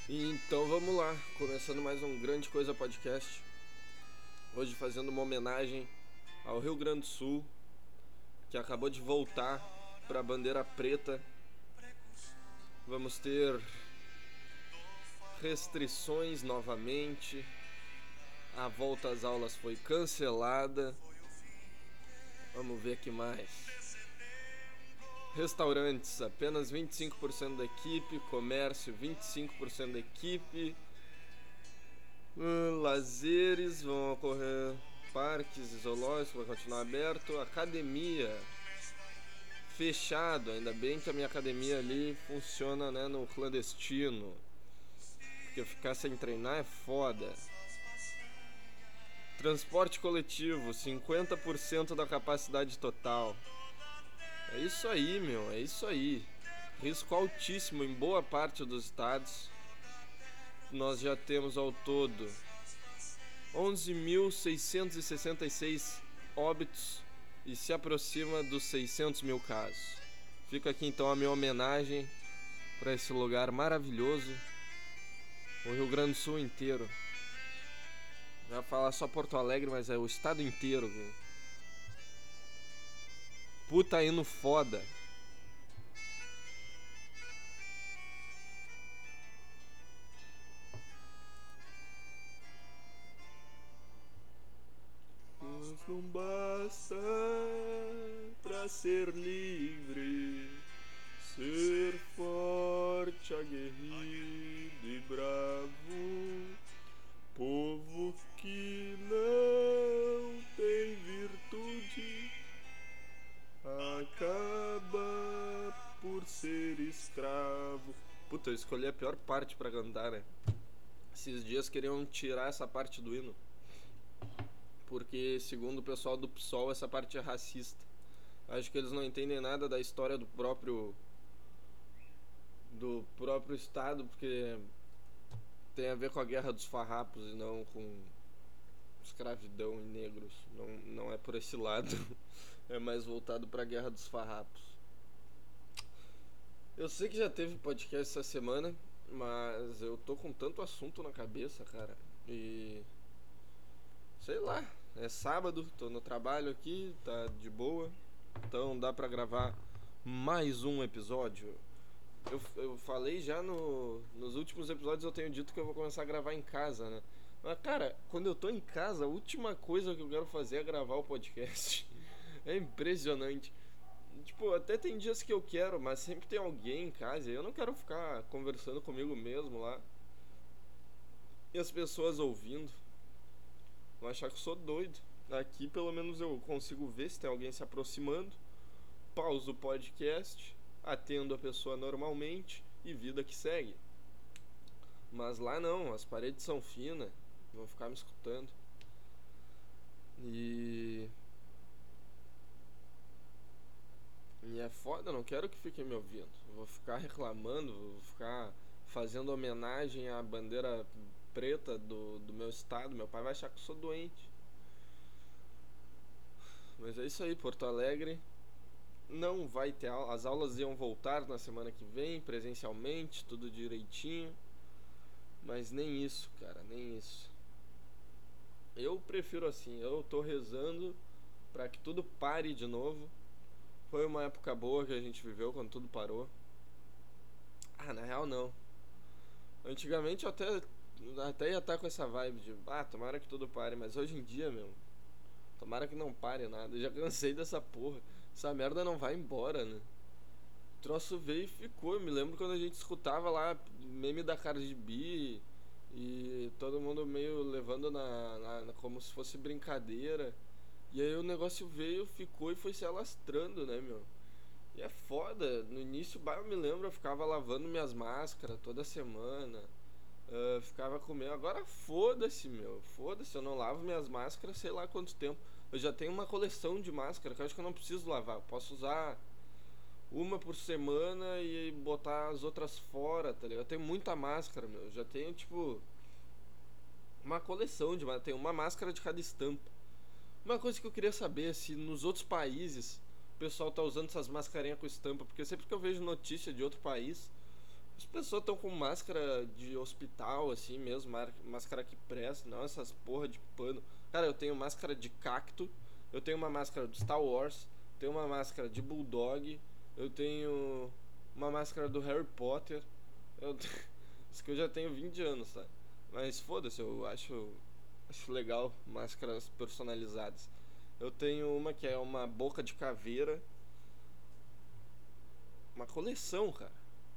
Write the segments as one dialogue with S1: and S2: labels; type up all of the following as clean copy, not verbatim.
S1: Então vamos lá, começando mais um Grande Coisa Podcast. Hoje fazendo uma homenagem ao Rio Grande do Sul, que acabou de voltar para a bandeira preta. Vamos ter restrições novamente. A volta às aulas foi cancelada. Vamos ver que mais. Restaurantes, apenas 25% da equipe. Comércio, 25% da equipe. Lazeres vão ocorrer. Parques zoológicos vai continuar aberto. Academia fechado. Ainda bem que a minha academia ali funciona, né, no clandestino. Porque ficar sem treinar é foda. Transporte coletivo, 50% da capacidade total. É isso aí, meu, é isso aí. Risco altíssimo em boa parte dos estados. Nós já temos ao todo 11.666 óbitos e se aproxima dos 600 mil casos. Fica aqui então a minha homenagem para esse lugar maravilhoso, o Rio Grande do Sul inteiro. Já falar só Porto Alegre, mas é o estado inteiro, viu? Puta hino foda. Mas não basta pra ser livre, ser forte, aguerrido e bravo. Povo que não tem virtude acaba por ser escravo. Puta, eu escolhi a pior parte pra cantar, né? Esses dias queriam tirar essa parte do hino, porque segundo o pessoal do PSOL essa parte é racista. Acho que eles não entendem nada da história do próprio estado, porque tem a ver com a Guerra dos Farrapos e não com escravidão e negros. Não é por esse lado. É mais voltado pra Guerra dos Farrapos. Eu sei que já teve podcast essa semana, mas eu tô com tanto assunto na cabeça, cara. E sei lá, é sábado, tô no trabalho aqui, tá de boa. Então dá pra gravar mais um episódio. Eu falei já nos últimos episódios, eu tenho dito que eu vou começar a gravar em casa, né? Mas, cara, quando eu tô em casa, a última coisa que eu quero fazer é gravar o podcast. É impressionante. Tipo, até tem dias que eu quero, mas sempre tem alguém em casa e eu não quero ficar conversando comigo mesmo lá. E as pessoas ouvindo vão achar que eu sou doido. Aqui, pelo menos, eu consigo ver se tem alguém se aproximando. Pauso o podcast, atendo a pessoa normalmente e vida que segue. Mas lá não, as paredes são finas, vão ficar me escutando. E. E é foda, não quero que fiquem me ouvindo. Vou ficar reclamando, vou ficar fazendo homenagem à bandeira preta do meu estado. Meu pai vai achar que eu sou doente. Mas é isso aí, Porto Alegre não vai ter aula. As aulas iam voltar na semana que vem, presencialmente, tudo direitinho. Mas nem isso, cara, nem isso. Eu prefiro assim, eu tô rezando pra que tudo pare de novo. Foi uma época boa que a gente viveu quando tudo parou. Ah, na real não. Antigamente eu até ia estar com essa vibe de, tomara que tudo pare, mas hoje em dia, meu, tomara que não pare nada. Eu já cansei dessa porra. Essa merda não vai embora, né? O troço veio e ficou. Eu me lembro quando a gente escutava lá meme da Cardi B e todo mundo meio levando como se fosse brincadeira. E aí o negócio veio, ficou e foi se alastrando, né, meu? E é foda. No início, eu me lembro, eu ficava lavando minhas máscaras toda semana. Ficava comendo. Agora foda-se, meu. Foda-se, eu não lavo minhas máscaras sei lá quanto tempo. Eu já tenho uma coleção de máscaras que eu acho que eu não preciso lavar. Eu posso usar uma por semana e botar as outras fora, tá ligado? Eu tenho muita máscara, meu. Eu já tenho, tipo, uma coleção de máscaras. Tenho uma máscara de cada estampa. Uma coisa que eu queria saber é se nos outros países o pessoal tá usando essas mascarinhas com estampa. Porque sempre que eu vejo notícia de outro país, As pessoas estão com máscara de hospital, assim mesmo, máscara que presta, não essas porra de pano. Cara, eu tenho máscara de cacto, eu tenho uma máscara do Star Wars, tenho uma máscara de Bulldog, eu tenho uma máscara do Harry Potter. Eu... Isso que eu já tenho 20 anos, sabe? Mas foda-se, eu acho legal máscaras personalizadas. Eu tenho uma que é uma boca de caveira, uma coleção, cara.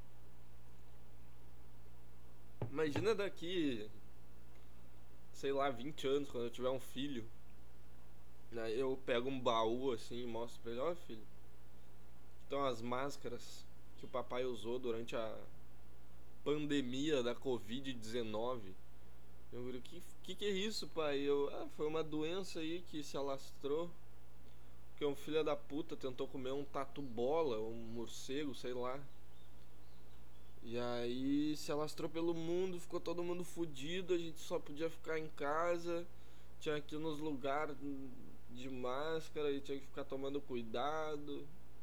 S1: Imagina daqui, sei lá, 20 anos, quando eu tiver um filho, né, eu pego um baú assim e mostro pra ele, ó filho, então as máscaras que o papai usou durante a pandemia da Covid-19. Eu digo, que é isso, pai? Foi uma doença aí que se alastrou. Porque um filho da puta tentou comer um tatu-bola, um morcego, sei lá. E aí se alastrou pelo mundo, ficou todo mundo fudido, a gente só podia ficar em casa, tinha que ir nos lugares de máscara e tinha que ficar tomando cuidado.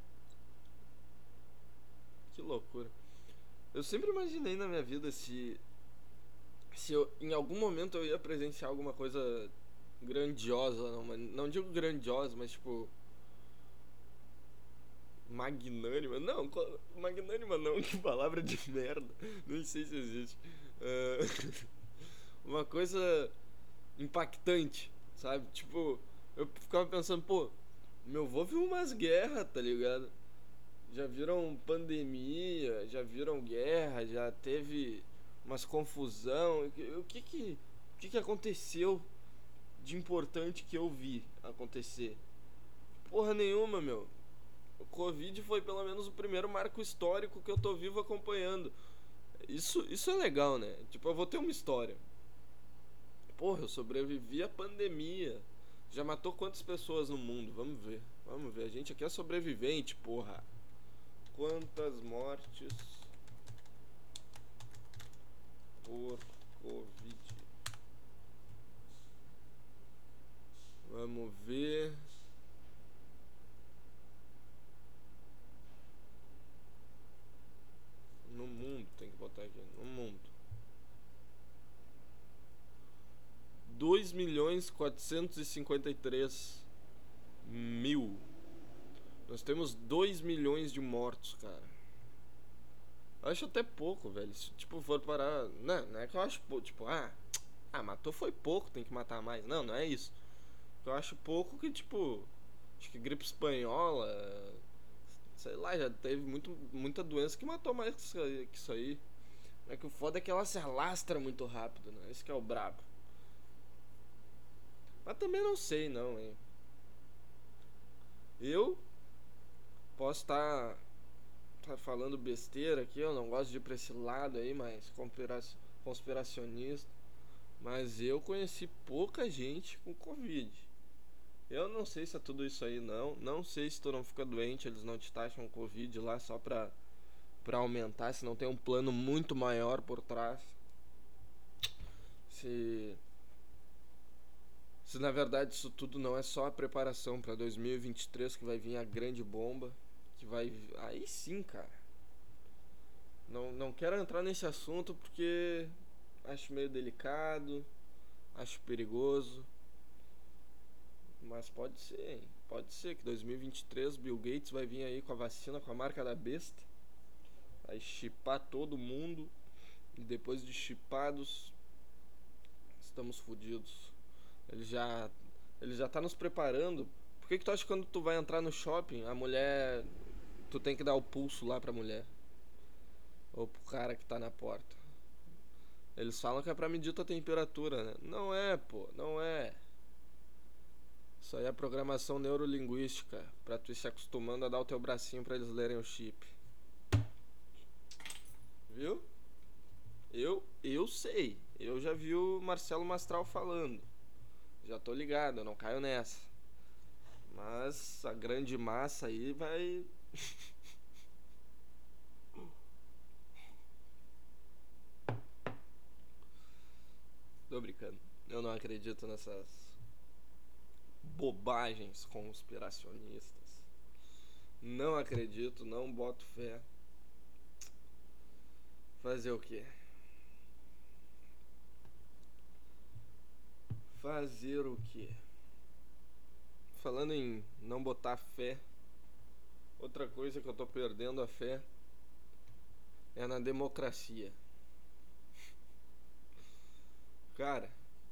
S1: Que loucura. Eu sempre imaginei na minha vida se eu, em algum momento eu ia presenciar alguma coisa grandiosa, não digo grandiosa, mas tipo magnânima. Não, magnânima não, que palavra de merda. Nem sei se existe. Uma coisa impactante, sabe? Tipo, eu ficava pensando, pô, meu avô viu umas guerras, tá ligado? Já viram pandemia, já viram guerra, já teve umas confusão. O que que aconteceu de importante que eu vi acontecer? Porra nenhuma, meu. O Covid foi pelo menos o primeiro marco histórico que eu tô vivo acompanhando. Isso é legal, né? Tipo, eu vou ter uma história. Porra, eu sobrevivi à pandemia. Já matou quantas pessoas no mundo? Vamos ver. Vamos ver. A gente aqui é sobrevivente, porra. Quantas mortes por Covid? Vamos ver. No mundo, tem que botar aqui. No mundo. 2.453.000. Nós temos 2 milhões de mortos, cara. Eu acho até pouco, velho. Se tipo for parar. Não é que eu acho pouco. Tipo, matou foi pouco, tem que matar mais. Não, não é isso. Eu acho pouco que, tipo. Acho que gripe espanhola. Sei lá, já teve muita doença que matou mais que isso aí. É que o foda é que ela se alastra muito rápido, né? Esse que é o brabo. Mas também não sei, não, hein? Eu posso tá falando besteira aqui, eu não gosto de ir pra esse lado aí, mas conspiracionista. Mas eu conheci pouca gente com Covid. Eu não sei se é tudo isso aí, não. Não sei se tu não fica doente, eles não te taxam Covid lá só pra aumentar, se não tem um plano muito maior por trás. Se, se na verdade isso tudo não é só a preparação pra 2023 que vai vir a grande bomba. Que vai. Aí sim, cara. Não quero entrar nesse assunto porque acho meio delicado, acho perigoso. Mas pode ser, hein? Pode ser que 2023 Bill Gates vai vir aí com a vacina com a marca da besta. Vai chipar todo mundo. E depois de chipados, estamos fodidos. Ele já, ele já tá nos preparando. Por que tu acha que quando tu vai entrar no shopping, a mulher. Tu tem que dar o pulso lá pra mulher? Ou pro cara que tá na porta? Eles falam que é pra medir tua temperatura, né? Não é, pô, não é. Isso aí é programação neurolinguística, pra tu ir se acostumando a dar o teu bracinho pra eles lerem o chip. Viu? Eu sei. Eu já vi o Marcelo Mastral falando. Já tô ligado, eu não caio nessa. Mas a grande massa aí vai. Tô brincando. Eu não acredito nessas bobagens conspiracionistas. Não acredito, não boto fé. Fazer o quê? Fazer o quê? Falando em não botar fé, outra coisa que eu tô perdendo a fé é na democracia. Cara,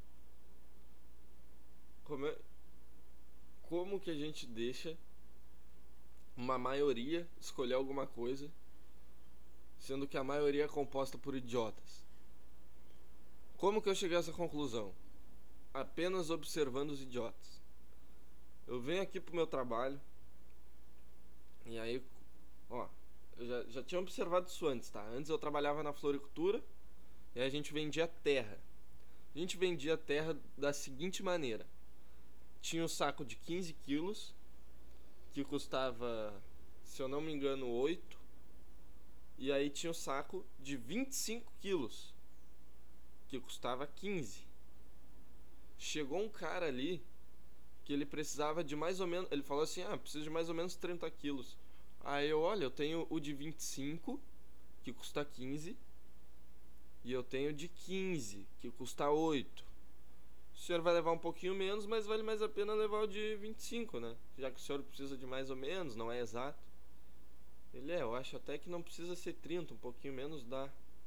S1: como que a gente deixa uma maioria escolher alguma coisa, sendo que a maioria é composta por idiotas? Como que eu cheguei a essa conclusão? Apenas observando os idiotas. Eu venho aqui pro meu trabalho e aí, ó, eu já tinha observado isso antes, tá? Antes eu trabalhava na floricultura e a gente vendia terra. A gente vendia terra da seguinte maneira: tinha um saco de 15 quilos que custava, se eu não me engano, 8. E aí tinha um saco de 25 quilos que custava 15. Chegou um cara ali que ele precisava de mais ou menos... Ele falou assim, preciso de mais ou menos 30 quilos. Aí eu tenho o de 25, que custa 15. E eu tenho de 15, que custa 8. O senhor vai levar um pouquinho menos, mas vale mais a pena levar o de 25, né? Já que o senhor precisa de mais ou menos, não é exato. Eu acho até que não precisa ser 30, um pouquinho menos dá.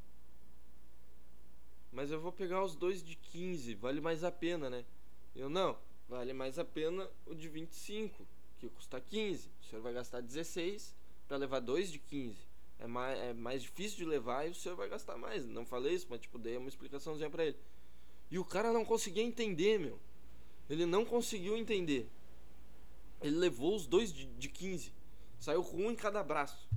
S1: Mas eu vou pegar os dois de 15, vale mais a pena, né? Não, vale mais a pena o de 25, que custa 15. O senhor vai gastar 16 para levar dois de 15. É mais difícil de levar e o senhor vai gastar mais. Não falei isso, mas dei uma explicaçãozinha pra ele. E o cara não conseguia entender, meu. Ele não conseguiu entender. Ele levou os dois de 15. Saiu com um em cada braço.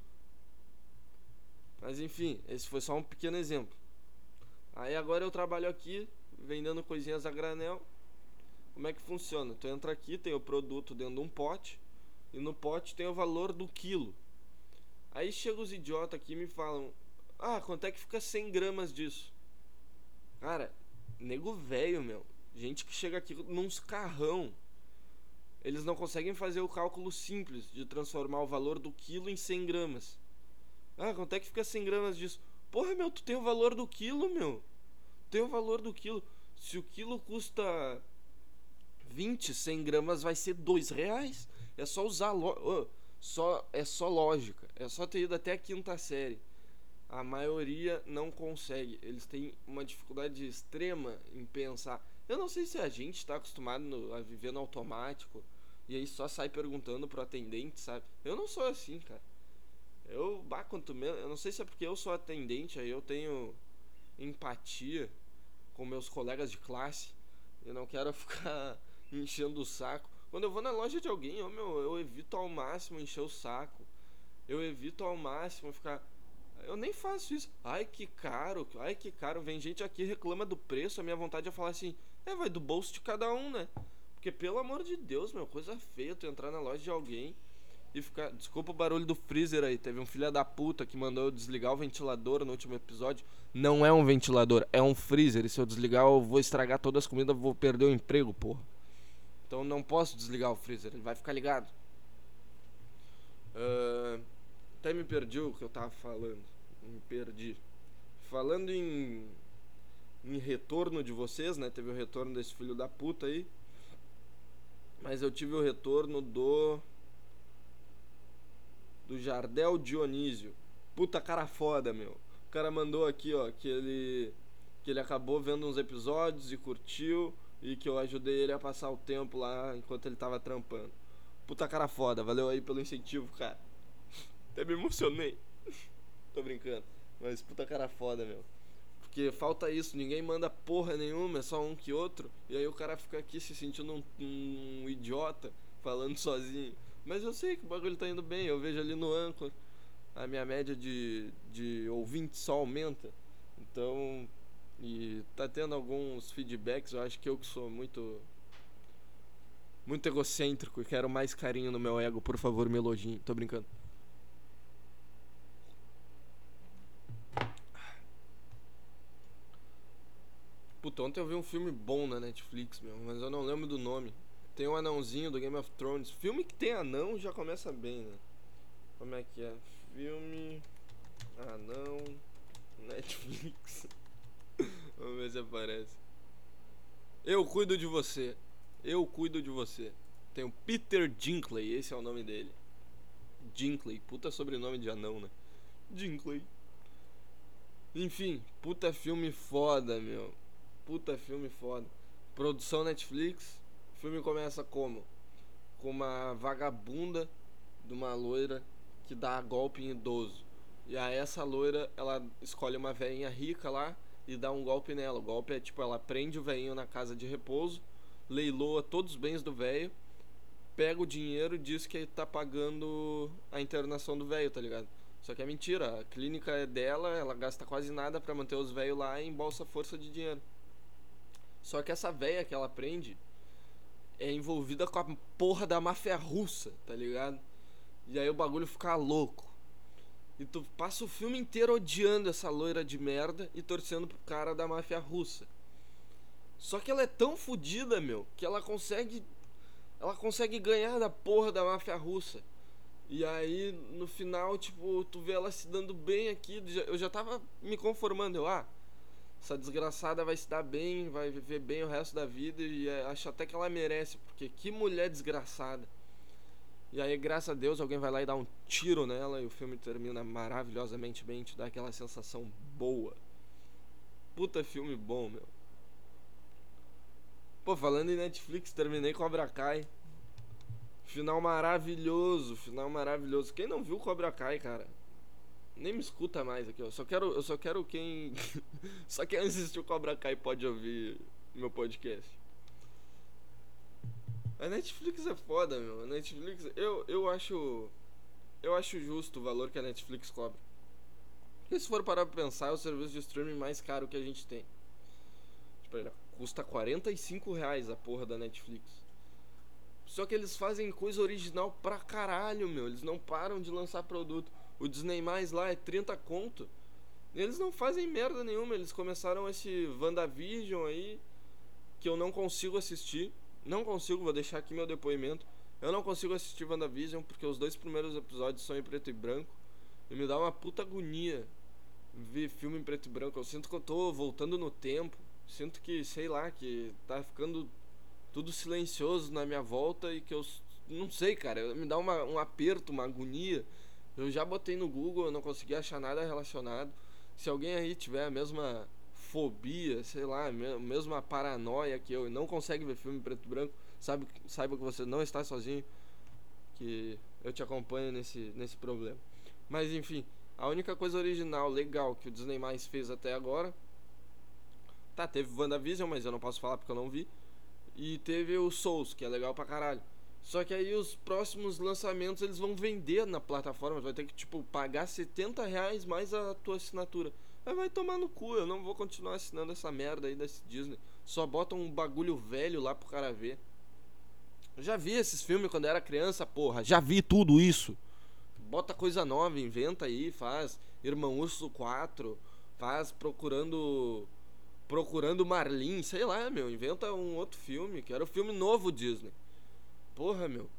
S1: Mas enfim, esse foi só um pequeno exemplo. Aí agora eu trabalho aqui, vendendo coisinhas a granel. Como é que funciona? Tu entra aqui, tem o produto dentro de um pote. E no pote tem o valor do quilo. Aí chegam os idiotas aqui e me falam: quanto é que fica 100 gramas disso? Cara, nego velho, meu. Gente que chega aqui nos carrão. Eles não conseguem fazer o cálculo simples de transformar o valor do quilo em 100 gramas. Quanto é que fica 100 gramas disso? Porra, meu, tu tem o valor do quilo, meu. Tem o valor do quilo. Se o quilo custa 20, 100 gramas vai ser R$2. É só usar é só lógica. É só ter ido até a quinta série. A maioria não consegue. Eles têm uma dificuldade extrema em pensar. Eu não sei se a gente está acostumado a viver no automático e aí só sai perguntando pro atendente, sabe? Eu não sou assim, cara. Eu não sei se é porque eu sou atendente, aí eu tenho empatia com meus colegas de classe. Eu não quero ficar enchendo o saco. Quando eu vou na loja de alguém, eu evito ao máximo encher o saco. Eu evito ao máximo ficar... Eu nem faço isso. Ai que caro. Vem gente aqui e reclama do preço. A minha vontade é falar assim: vai do bolso de cada um, né? Porque pelo amor de Deus, meu, coisa feia tu entrar na loja de alguém e ficar... Desculpa o barulho do freezer aí. Teve um filho da puta que mandou eu desligar o ventilador no último episódio. Não é um ventilador, é um freezer. E se eu desligar eu vou estragar todas as comidas, vou perder o emprego, porra. Então não posso desligar o freezer, ele vai ficar ligado. Até me perdi o que eu tava falando. Me perdi. Falando em retorno de vocês, né? Teve o retorno desse filho da puta aí. Mas eu tive o retorno do Jardel Dionísio. Puta cara foda, meu. O cara mandou aqui, ó, que ele acabou vendo uns episódios e curtiu, e que eu ajudei ele a passar o tempo lá enquanto ele tava trampando. Puta cara foda, valeu aí pelo incentivo, cara. Até me emocionei. Tô brincando. Mas puta cara foda, meu. Porque falta isso, ninguém manda porra nenhuma, é só um que outro. E aí o cara fica aqui se sentindo um idiota, falando sozinho. Mas eu sei que o bagulho tá indo bem, eu vejo ali no Anchor. A minha média de ouvintes só aumenta. Então... E tá tendo alguns feedbacks, eu acho que eu que sou muito egocêntrico e quero mais carinho no meu ego, por favor me elogiem. Tô brincando. Puta, ontem eu vi um filme bom na Netflix, meu, mas eu não lembro do nome. Tem um anãozinho do Game of Thrones. Filme que tem anão já começa bem, né? Como é que é? Filme... Anão... Netflix. Vamos ver se aparece. Eu cuido de você. Eu cuido de você. Tem o Peter Dinklage, esse é o nome dele. Dinklage, puta sobrenome de anão, né? Dinklage. Enfim, puta filme foda, meu. Puta filme foda. Produção Netflix. O filme começa como? Com uma vagabunda de uma loira que dá golpe em idoso. E aí essa loira, ela escolhe uma velhinha rica lá e dá um golpe nela. O golpe é tipo, ela prende o velhinho na casa de repouso, leiloa todos os bens do velho, pega o dinheiro e diz que tá pagando a internação do velho, tá ligado? Só que é mentira, a clínica é dela, ela gasta quase nada pra manter os velhos lá e embolsa força de dinheiro. Só que essa velha que ela prende é envolvida com a porra da máfia russa, tá ligado? E aí o bagulho fica louco. E tu passa o filme inteiro odiando essa loira de merda e torcendo pro cara da máfia russa. Só que ela é tão fodida, meu, que ela consegue ganhar da porra da máfia russa. E aí, no final, tipo, tu vê ela se dando bem aqui. Eu já tava me conformando. Essa desgraçada vai se dar bem, vai viver bem o resto da vida. E acho até que ela merece, porque que mulher desgraçada. E aí, graças a Deus, alguém vai lá e dá um tiro nela. E o filme termina maravilhosamente bem, te dá aquela sensação boa. Puta filme bom, meu. Pô, falando em Netflix, terminei Cobra Kai. Final maravilhoso, final maravilhoso. Quem não viu Cobra Kai, cara, nem me escuta mais aqui, ó. Eu só quero quem só quem assistiu Cobra Kai pode ouvir meu podcast. A Netflix é foda, meu. A Netflix, eu acho justo o valor que a Netflix cobra. Porque se for parar pra pensar, é o serviço de streaming mais caro que a gente tem. Tipo, custa R$ 45 a porra da Netflix. Só que eles fazem coisa original pra caralho, meu. Eles não param de lançar produto. O Disney Mais lá é 30 conto. Eles não fazem merda nenhuma. Eles começaram esse WandaVision aí, que eu não consigo assistir. Não consigo, vou deixar aqui meu depoimento. Eu não consigo assistir WandaVision porque os 2 primeiros episódios são em preto e branco. E me dá uma puta agonia ver filme em preto e branco. Eu sinto que eu tô voltando no tempo. Sinto que, sei lá, que tá ficando tudo silencioso na minha volta e que eu não sei, cara, me dá um aperto, uma agonia. Eu já botei no Google, eu não consegui achar nada relacionado. Se alguém aí tiver a mesma fobia, sei lá, a mesma paranoia que eu e não consegue ver filme em preto e branco, saiba que você não está sozinho, que eu te acompanho nesse problema. Mas enfim, a única coisa original, legal que o Disney Mais fez até agora, tá, teve WandaVision, mas eu não posso falar porque eu não vi. E teve o Souls, que é legal pra caralho. Só que aí os próximos lançamentos eles vão vender na plataforma. Tu vai ter que, tipo, pagar R$ 70 mais a tua assinatura. Aí vai tomar no cu, eu não vou continuar assinando essa merda aí desse Disney. Só botam um bagulho velho lá pro cara ver. Eu já vi esses filmes quando era criança, porra. Já vi tudo isso. Bota coisa nova, inventa aí, faz Irmão Urso 4, faz Procurando Marlin, sei lá, meu, inventa um outro filme, quero um filme novo Disney. Porra, meu.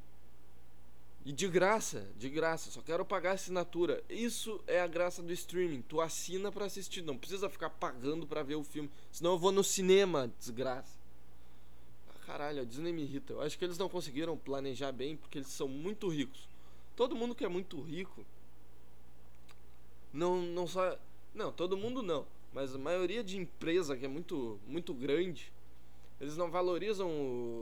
S1: E de graça, só quero pagar a assinatura. Isso é a graça do streaming, tu assina pra assistir, não precisa ficar pagando pra ver o filme, senão eu vou no cinema, desgraça. Ah, caralho, a Disney me irrita. Eu acho que eles não conseguiram planejar bem porque eles são muito ricos. Todo mundo que é muito rico não só, não, todo mundo não, mas a maioria de empresa que é muito grande, eles não valorizam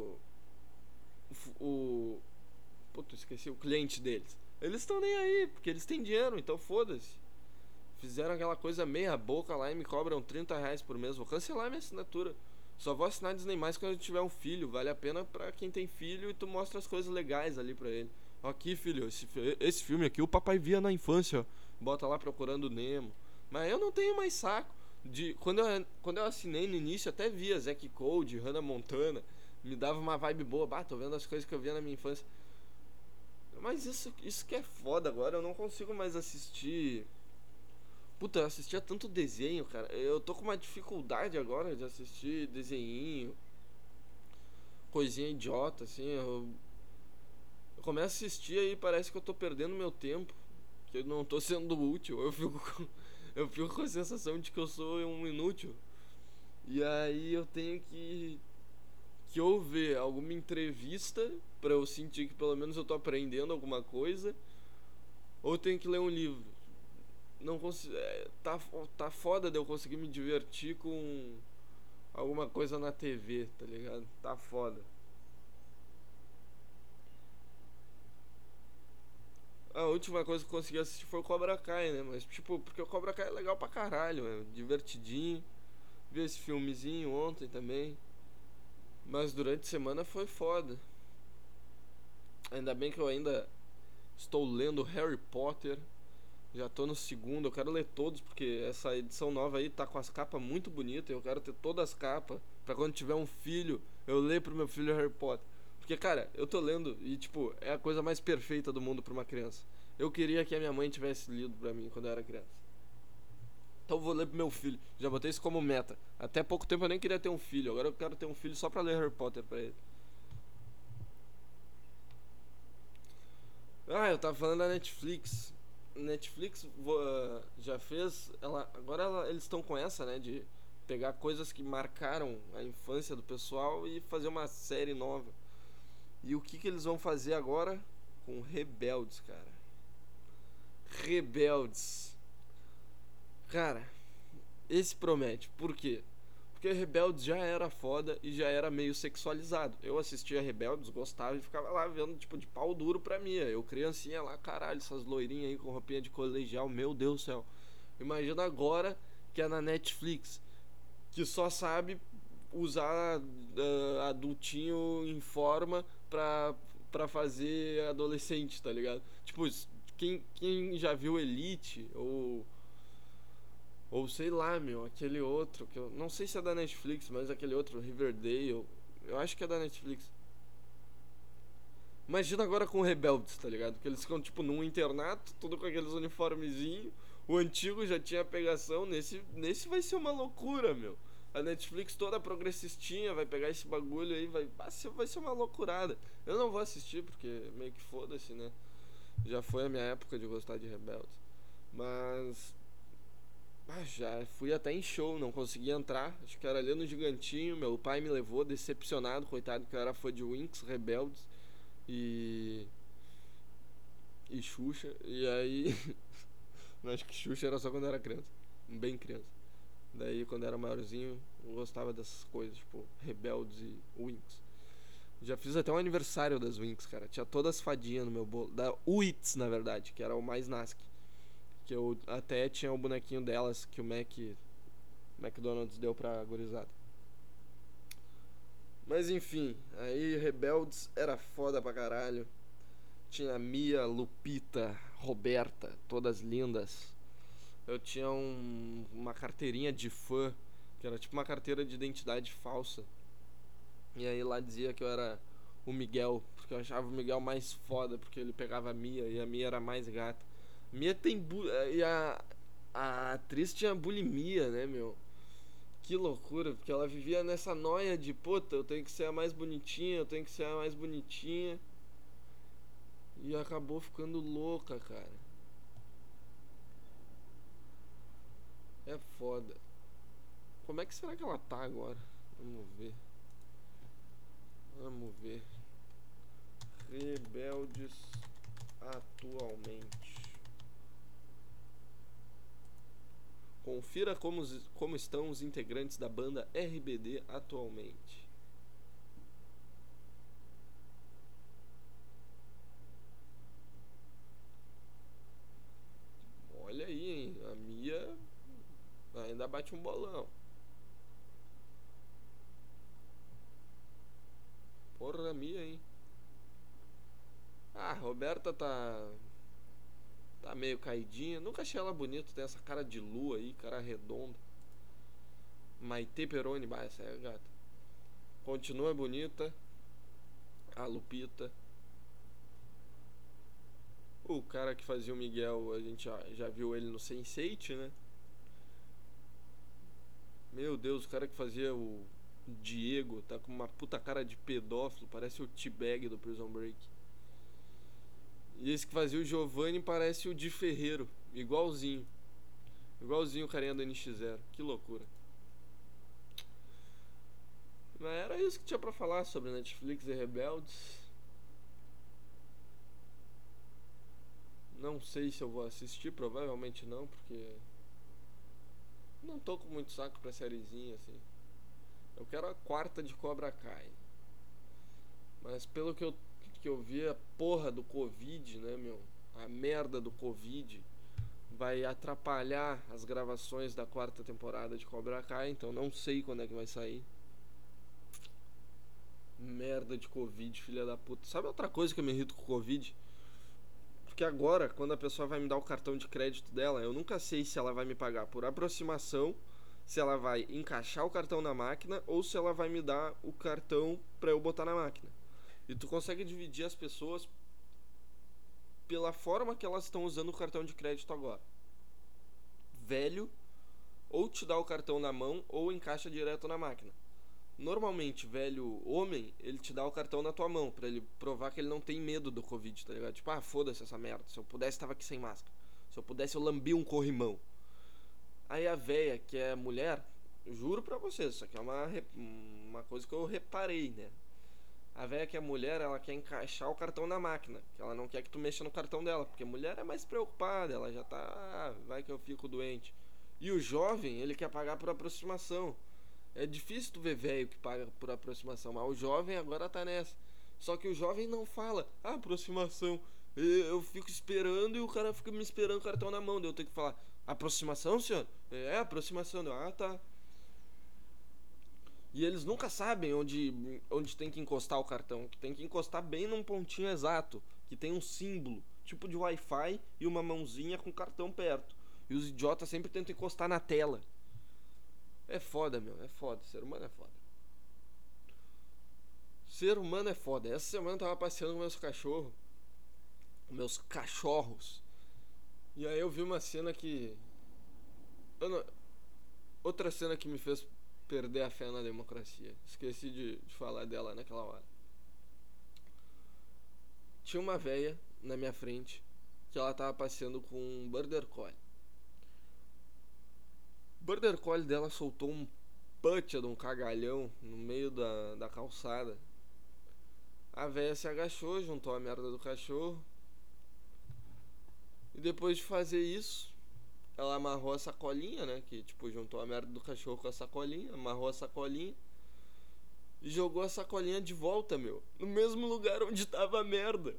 S1: o puta, esqueci, o cliente deles. Eles estão nem aí, porque eles têm dinheiro, então foda-se. Fizeram aquela coisa meia boca lá e me cobram R$ 30 por mês. Vou cancelar minha assinatura. Só vou assinar Disney Mais quando eu tiver um filho. Vale a pena pra quem tem filho e tu mostra as coisas legais ali pra ele. Aqui, filho, esse filme aqui o papai via na infância, ó. Bota lá Procurando Nemo. Mas eu não tenho mais saco. Quando eu assinei no início, até via Zack Code, Hannah Montana. Me dava uma vibe boa. Bah, tô vendo as coisas que eu via na minha infância. Mas isso que é foda agora. Eu não consigo mais assistir. Puta, eu assistia tanto desenho, cara. Eu tô com uma dificuldade agora de assistir desenhinho. Coisinha idiota, assim. Eu começo a assistir e parece que eu tô perdendo meu tempo. Que eu não tô sendo útil. Eu fico com a sensação de que eu sou um inútil. E aí eu tenho que ou ver alguma entrevista pra eu sentir que pelo menos eu tô aprendendo alguma coisa, ou tenho que ler um livro. Não consigo, tá foda de eu conseguir me divertir com alguma coisa na TV, tá ligado? Tá foda. A última coisa que eu consegui assistir foi o Cobra Kai, né? Mas, tipo, porque o Cobra Kai é legal pra caralho, é divertidinho. Vi esse filmezinho ontem também. Mas durante a semana foi foda. Ainda bem que eu ainda estou lendo Harry Potter. Já tô no segundo, eu quero ler todos, porque essa edição nova aí tá com as capas muito bonitas. Eu quero ter todas as capas, pra quando tiver um filho, eu ler pro meu filho Harry Potter. Porque, cara, eu tô lendo e, tipo, é a coisa mais perfeita do mundo pra uma criança. Eu queria que a minha mãe tivesse lido pra mim quando eu era criança. Então eu vou ler pro meu filho. Já botei isso como meta. Até pouco tempo eu nem queria ter um filho. Agora eu quero ter um filho só pra ler Harry Potter pra ele. Ah, eu tava falando da Netflix. Netflix já fez. Eles estão com essa, né? De pegar coisas que marcaram a infância do pessoal e fazer uma série nova. E o que eles vão fazer agora? Com Rebeldes, cara. Rebeldes. Cara, esse promete. Por quê? Porque Rebeldes já era foda e já era meio sexualizado. Eu assistia Rebeldes, gostava e ficava lá vendo, tipo, de pau duro pra mim. Eu criancinha lá, caralho, essas loirinhas aí com roupinha de colegial, meu Deus do céu. Imagina agora que é na Netflix, que só sabe usar adultinho em forma pra fazer adolescente, tá ligado? Tipo, quem já viu Elite ou sei lá, meu, aquele outro que eu não sei se é da Netflix, mas aquele outro Riverdale, eu acho que é da Netflix. Imagina agora com Rebeldes, tá ligado? Que eles ficam tipo num internato, tudo com aqueles uniformezinhos. O antigo já tinha pegação, nesse vai ser uma loucura, meu. A Netflix toda progressistinha vai pegar esse bagulho aí, vai ser uma loucurada. Eu não vou assistir porque meio que foda-se, né? Já foi a minha época de gostar de Rebeldes. Mas já fui até em show, não consegui entrar. Acho que era ali no Gigantinho. Meu pai me levou, decepcionado, coitado, que eu era fã de Winx, Rebeldes e. E Xuxa. E aí. Acho que Xuxa era só quando eu era criança, bem criança. Daí, quando eu era maiorzinho, eu gostava dessas coisas, tipo Rebeldes e Winx. Já fiz até um aniversário das Winx, cara. Tinha todas as fadinhas no meu bolo. Da Wits, na verdade, que era o mais nasque. Que eu até tinha o bonequinho delas que o McDonald's deu pra gurizada. Mas enfim, aí Rebeldes era foda pra caralho. Tinha Mia, Lupita, Roberta, todas lindas. Eu tinha uma carteirinha de fã, que era tipo uma carteira de identidade falsa. E aí lá dizia que eu era o Miguel, porque eu achava o Miguel mais foda, porque ele pegava a Mia e a Mia era mais gata. Mia tem. E a atriz tinha bulimia, né, meu? Que loucura, porque ela vivia nessa noia de, puta, eu tenho que ser a mais bonitinha, eu tenho que ser a mais bonitinha. E acabou ficando louca, cara. É foda. Como é que será que ela tá agora? Vamos ver. Vamos ver. Rebeldes atualmente. Confira como estão os integrantes da banda RBD atualmente. Olha aí, hein? A Mia ainda bate um bolão. Porra, a Mia, hein? Ah, a Roberta tá meio caidinha. Nunca achei ela bonita, tem essa cara de lua aí, cara redonda. Maite Peroni, essa é a gata. Continua bonita. A Lupita. O cara que fazia o Miguel, a gente já viu ele no Sense8, né? Meu Deus, o cara que fazia o Diego tá com uma puta cara de pedófilo, parece o T-Bag do Prison Break. E esse que fazia o Giovanni parece o Di Ferreiro, igualzinho. Igualzinho o carinha do NX0. Que loucura. Mas era isso que tinha pra falar sobre Netflix e Rebeldes. Não sei se eu vou assistir, provavelmente não, porque não tô com muito saco pra sériezinha assim. Eu quero a quarta de Cobra Kai. Mas pelo que eu vi, a porra do Covid, né, meu? A merda do Covid vai atrapalhar as gravações da quarta temporada de Cobra Kai, então não sei quando é que vai sair. Merda de Covid, filha da puta. Sabe outra coisa que eu me irrito com o Covid? Porque agora, quando a pessoa vai me dar o cartão de crédito dela, eu nunca sei se ela vai me pagar por aproximação, se ela vai encaixar o cartão na máquina ou se ela vai me dar o cartão pra eu botar na máquina. E tu consegue dividir as pessoas pela forma que elas estão usando o cartão de crédito agora. Velho, ou te dá o cartão na mão ou encaixa direto na máquina. Normalmente, velho homem, ele te dá o cartão na tua mão, pra ele provar que ele não tem medo do Covid, tá ligado? Tipo, foda-se essa merda, se eu pudesse tava aqui sem máscara. Se eu pudesse eu lambia um corrimão. Aí a véia, que é mulher, juro pra vocês, isso aqui é uma coisa que eu reparei, né? A véia que é mulher, ela quer encaixar o cartão na máquina, que ela não quer que tu mexa no cartão dela, porque mulher é mais preocupada, ela já tá, vai que eu fico doente. E o jovem, ele quer pagar por aproximação. É difícil tu ver velho que paga por aproximação, mas o jovem agora tá nessa. Só que o jovem não fala, aproximação. Eu fico esperando e o cara fica me esperando o cartão na mão. Daí eu tenho que falar, aproximação, senhor? Aproximação. Tá. E eles nunca sabem onde tem que encostar o cartão. Que tem que encostar bem num pontinho exato. Que tem um símbolo, tipo de Wi-Fi e uma mãozinha com o cartão perto. E os idiotas sempre tentam encostar na tela. É foda, meu, é foda. Ser humano é foda. Ser humano é foda. Essa semana eu tava passeando com meus cachorros. Meus cachorros. E aí eu vi uma cena que. Outra cena que me fez perder a fé na democracia. Esqueci de falar dela naquela hora. Tinha uma véia na minha frente que ela tava passeando com um Border Collie. O Border Collie dela soltou um puta de um cagalhão no meio da calçada. A véia se agachou, juntou a merda do cachorro. E depois de fazer isso, ela amarrou a sacolinha, né? Que tipo, juntou a merda do cachorro com a sacolinha, amarrou a sacolinha e jogou a sacolinha de volta, meu, no mesmo lugar onde tava a merda.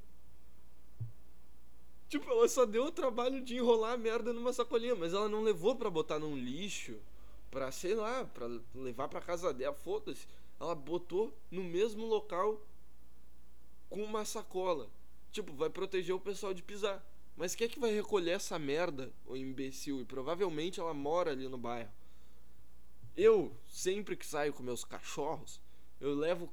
S1: Tipo, ela só deu o trabalho de enrolar a merda numa sacolinha, mas ela não levou pra botar num lixo, pra, sei lá, pra levar pra casa dela, foda-se. Ela botou no mesmo local com uma sacola. Tipo, vai proteger o pessoal de pisar. Mas quem é que vai recolher essa merda, ô imbecil? E provavelmente ela mora ali no bairro. Eu, sempre que saio com meus cachorros, eu levo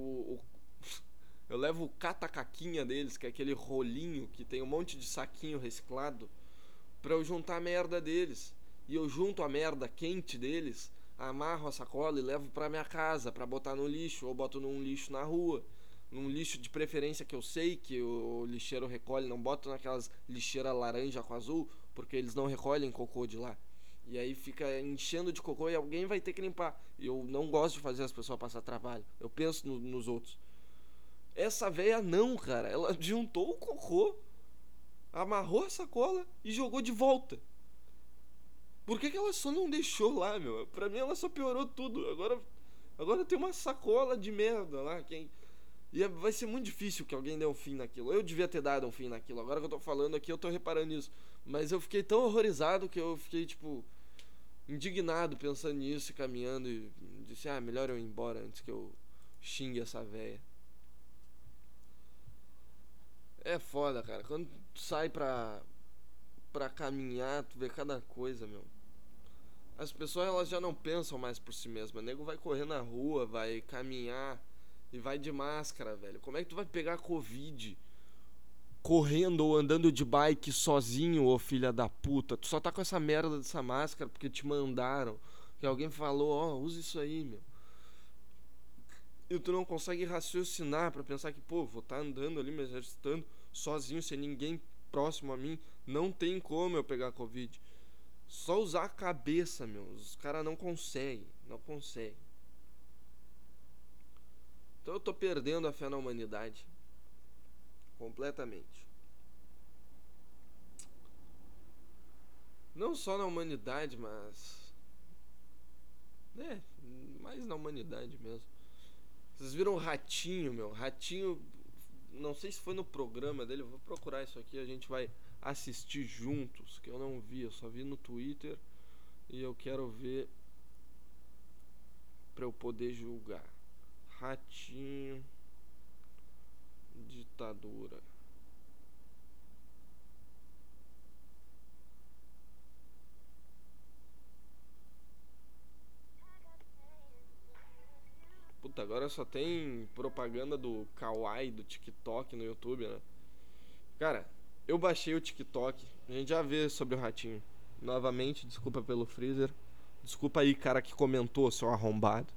S1: eu levo o catacaquinha deles, que é aquele rolinho que tem um monte de saquinho reciclado, pra eu juntar a merda deles. E eu junto a merda quente deles, amarro a sacola e levo pra minha casa, pra botar no lixo, ou boto num lixo na rua. Num lixo de preferência que eu sei que o lixeiro recolhe, não boto naquelas lixeiras laranja com azul, porque eles não recolhem cocô de lá. E aí fica enchendo de cocô e alguém vai ter que limpar. E eu não gosto de fazer as pessoas passar trabalho. Eu penso nos outros. Essa véia não, cara. Ela juntou o cocô, amarrou a sacola e jogou de volta. Por que ela só não deixou lá, meu? Pra mim ela só piorou tudo. Agora tem uma sacola de merda lá. E vai ser muito difícil que alguém dê um fim naquilo. Eu devia ter dado um fim naquilo. Agora que eu tô falando aqui, eu tô reparando nisso. Mas eu fiquei tão horrorizado que eu fiquei, tipo, indignado pensando nisso e caminhando. E disse, melhor eu ir embora antes que eu xingue essa véia. É foda, cara. Quando tu sai pra caminhar, tu vê cada coisa, meu. As pessoas, elas já não pensam mais por si mesmas. O nego vai correr na rua, vai caminhar e vai de máscara, velho. Como é que tu vai pegar Covid correndo ou andando de bike sozinho, ô filha da puta? Tu só tá com essa merda dessa máscara porque te mandaram. Que alguém falou, usa isso aí, meu. E tu não consegue raciocinar pra pensar que, pô, vou tá andando ali, me exercitando sozinho, sem ninguém próximo a mim. Não tem como eu pegar Covid. Só usar a cabeça, meu. Os caras não conseguem. Não conseguem. Então eu tô perdendo a fé na humanidade. Completamente. Não só na humanidade, mas... mais na humanidade mesmo. Vocês viram o Ratinho, meu? Ratinho... Não sei se foi no programa dele. Eu vou procurar isso aqui. A gente vai assistir juntos. Que eu não vi. Eu só vi no Twitter. E eu quero ver pra eu poder julgar. Ratinho... Ditadura. Puta, agora só tem propaganda do Kawaii, do TikTok no YouTube, né? Cara, eu baixei o TikTok. A gente já vê sobre o Ratinho. Novamente, desculpa pelo freezer. Desculpa aí, cara que comentou, seu arrombado.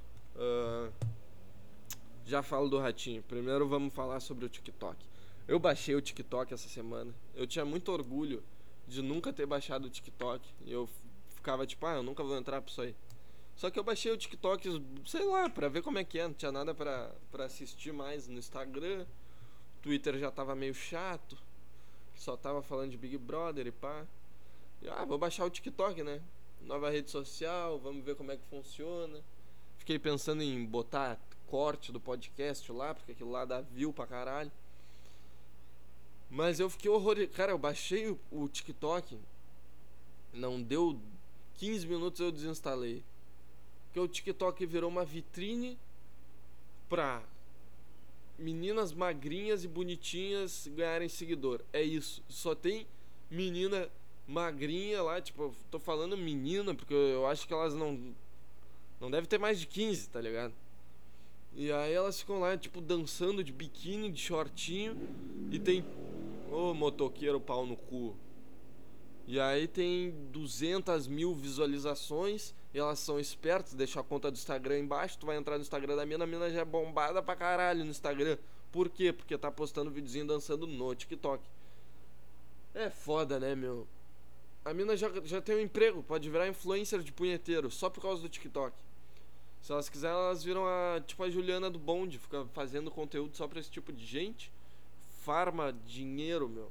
S1: Já falo do Ratinho. Primeiro vamos falar sobre o TikTok. Eu baixei o TikTok essa semana. Eu tinha muito orgulho de nunca ter baixado o TikTok. E eu ficava tipo, eu nunca vou entrar pra isso aí. Só que eu baixei o TikTok, sei lá, pra ver como é que é. Não tinha nada pra assistir mais no Instagram. Twitter já tava meio chato. Só tava falando de Big Brother e pá. E, vou baixar o TikTok, né? Nova rede social, vamos ver como é que funciona. Fiquei pensando em botar corte do podcast lá, porque aquilo lá dá view pra caralho. Mas eu fiquei horrorizado. Cara, eu baixei o TikTok. Não deu 15 minutos eu desinstalei. Porque o TikTok virou uma vitrine pra meninas magrinhas e bonitinhas ganharem seguidor. É isso. Só tem menina magrinha lá, tipo, eu tô falando menina porque eu acho que elas não deve ter mais de 15, tá ligado? E aí elas ficam lá, tipo, dançando de biquíni, de shortinho. E tem... Ô, motoqueiro pau no cu. E aí tem 200 mil visualizações. E elas são espertas, deixam a conta do Instagram embaixo. Tu vai entrar no Instagram da mina, a mina já é bombada pra caralho no Instagram. Por quê? Porque tá postando videozinho dançando no TikTok. É foda, né, meu? A mina já tem um emprego, pode virar influencer de punheteiro, só por causa do TikTok. Se elas quiserem, elas viram a Juliana do bonde, fica fazendo conteúdo só pra esse tipo de gente. Farma dinheiro, meu.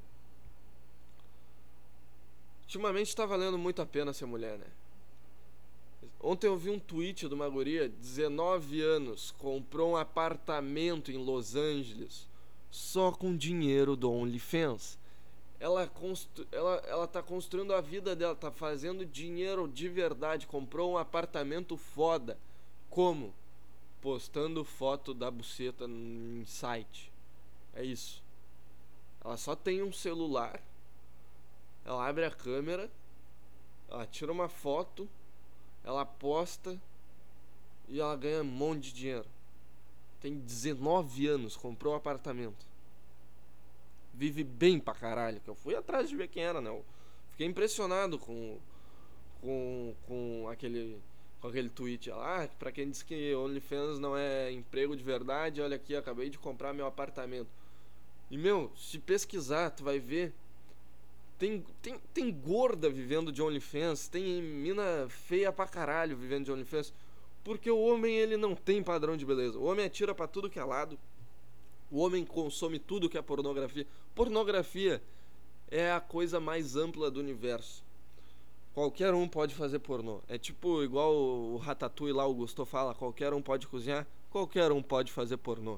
S1: Ultimamente tá valendo muito a pena ser mulher, né? Ontem eu vi um tweet de uma guria, 19 anos, comprou um apartamento em Los Angeles só com dinheiro do OnlyFans. Ela tá construindo a vida dela, tá fazendo dinheiro de verdade, comprou um apartamento foda. Como? Postando foto da buceta em site. É isso. Ela só tem um celular, ela abre a câmera, ela tira uma foto, ela posta e ela ganha um monte de dinheiro. Tem 19 anos, comprou um apartamento. Vive bem pra caralho. Que eu fui atrás de ver quem era, né? Eu fiquei impressionado com aquele tweet lá. Pra quem diz que OnlyFans não é emprego de verdade, olha aqui, acabei de comprar meu apartamento. E, meu, se pesquisar, tu vai ver. Tem gorda vivendo de OnlyFans, tem mina feia pra caralho vivendo de OnlyFans. Porque o homem, ele não tem padrão de beleza. O homem atira pra tudo que é lado. O homem consome tudo que é pornografia. Pornografia é a coisa mais ampla do universo. Qualquer um pode fazer pornô. É tipo igual o Ratatouille lá, o Gusteau fala, qualquer um pode cozinhar, qualquer um pode fazer pornô.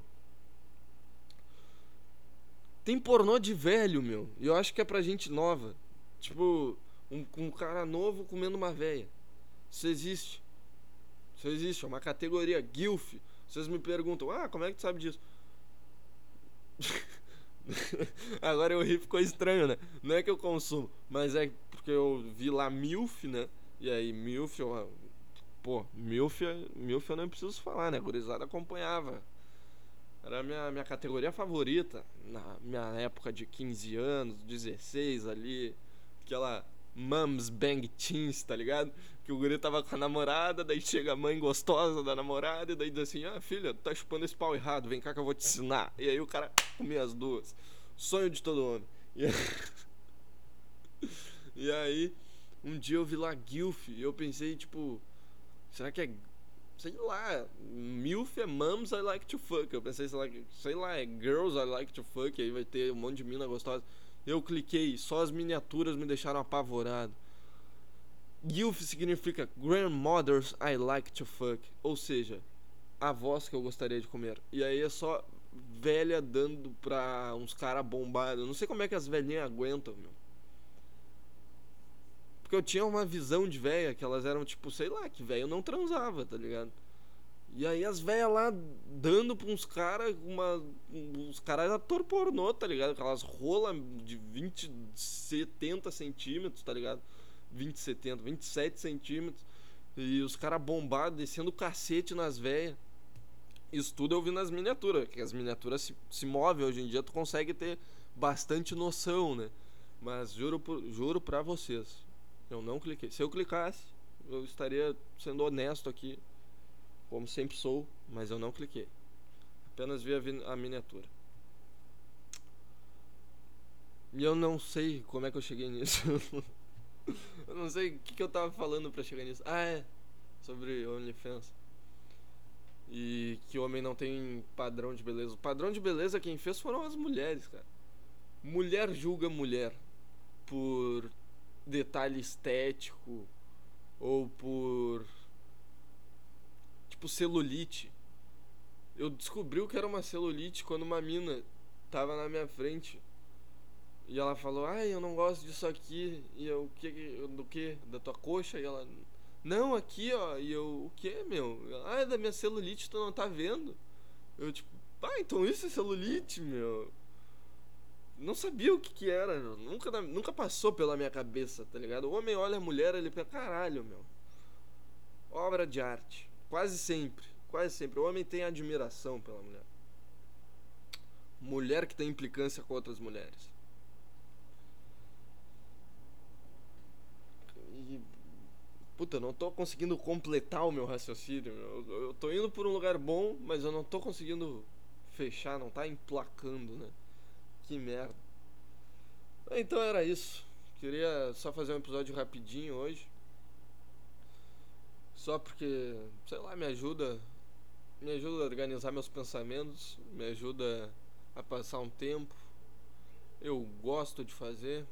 S1: Tem pornô de velho, meu. E eu acho que é pra gente nova. Tipo, um cara novo comendo uma véia. Isso existe. Isso existe, é uma categoria. GILF. Vocês me perguntam, como é que tu sabe disso? Agora eu ri, ficou estranho, né? Não é que eu consumo, mas é porque eu vi lá MILF, né? E aí, MILF, MILF eu não preciso falar, né? A gurizada acompanhava. Era a minha categoria favorita na minha época de 15 anos, 16 ali. Aquela Mums Bang Teens, tá ligado? Que o guri tava com a namorada, daí chega a mãe gostosa da namorada e daí diz assim, filha, tu tá chupando esse pau errado, vem cá que eu vou te ensinar. E aí o cara comia as duas. Sonho de todo homem. E aí Um dia eu vi lá Gilf e eu pensei, tipo, será que é. Sei lá, MILF é Mums I Like to Fuck. Eu pensei, sei lá, é Girls I Like to Fuck. Aí vai ter um monte de mina gostosa. Eu cliquei, só as miniaturas me deixaram apavorado. GILF significa Grandmothers I Like to Fuck. Ou seja, avós que eu gostaria de comer. E aí é só velha dando pra uns caras bombados. Eu não sei como é que as velhinhas aguentam, meu. Porque eu tinha uma visão de velha que elas eram tipo, sei lá, que velho não transava, tá ligado? E aí as velhas lá dando pra uns caras, uns caras ator pornô, tá ligado? Aquelas rolas de 20, 70 centímetros, tá ligado? 20, 70, 27 centímetros. E os caras bombados, descendo o cacete nas velhas. Isso tudo eu vi nas miniaturas, que as miniaturas se movem hoje em dia, tu consegue ter bastante noção, né? Mas juro pra vocês, eu não cliquei. Se eu clicasse, eu estaria sendo honesto aqui, como sempre sou, mas eu não cliquei. Apenas vi a miniatura. E eu não sei como é que eu cheguei nisso. Eu não sei o que eu tava falando pra chegar nisso. Ah, é. Sobre OnlyFans. E que o homem não tem padrão de beleza. O padrão de beleza quem fez foram as mulheres, cara. Mulher julga mulher por detalhe estético ou por tipo celulite. Eu descobri o que era uma celulite quando uma mina tava na minha frente e ela falou: "Ai, eu não gosto disso aqui". E eu: do que? Da tua coxa?" E ela: "Não, aqui, ó". E eu: "O que, meu?" "Ah, é da minha celulite, tu não tá vendo?" Eu tipo: "Ah, então isso é celulite, meu." Não sabia o que era, meu. Nunca passou pela minha cabeça, tá ligado? O homem olha a mulher, ele pensa: "Caralho, meu. Obra de arte." Quase sempre. Quase sempre. O homem tem admiração pela mulher. Mulher que tem implicância com outras mulheres. E. Puta, eu não tô conseguindo completar o meu raciocínio. Eu tô indo por um lugar bom, mas eu não tô conseguindo fechar, não tá emplacando, né? Que merda. Então era isso. Queria só fazer um episódio rapidinho hoje. Só porque, sei lá, me ajuda a organizar meus pensamentos, me ajuda a passar um tempo. Eu gosto de fazer.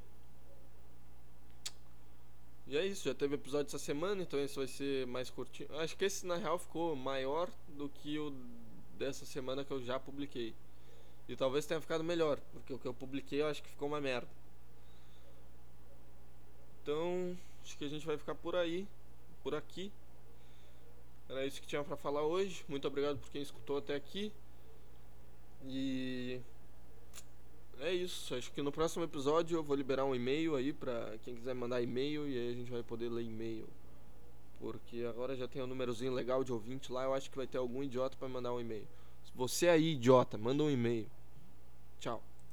S1: E é isso, já teve episódio essa semana, então esse vai ser mais curtinho. Acho que esse na real ficou maior do que o dessa semana que eu já publiquei. E talvez tenha ficado melhor, porque o que eu publiquei eu acho que ficou uma merda. Então, acho que a gente vai ficar por aí, por aqui. Era isso que tinha pra falar hoje. Muito obrigado por quem escutou até aqui. E é isso. Acho que no próximo episódio eu vou liberar um e-mail aí pra quem quiser mandar e-mail. E aí a gente vai poder ler e-mail. Porque agora já tem um númerozinho legal de ouvinte lá. Eu acho que vai ter algum idiota pra mandar um e-mail. Você aí, idiota, manda um e-mail. Tchau.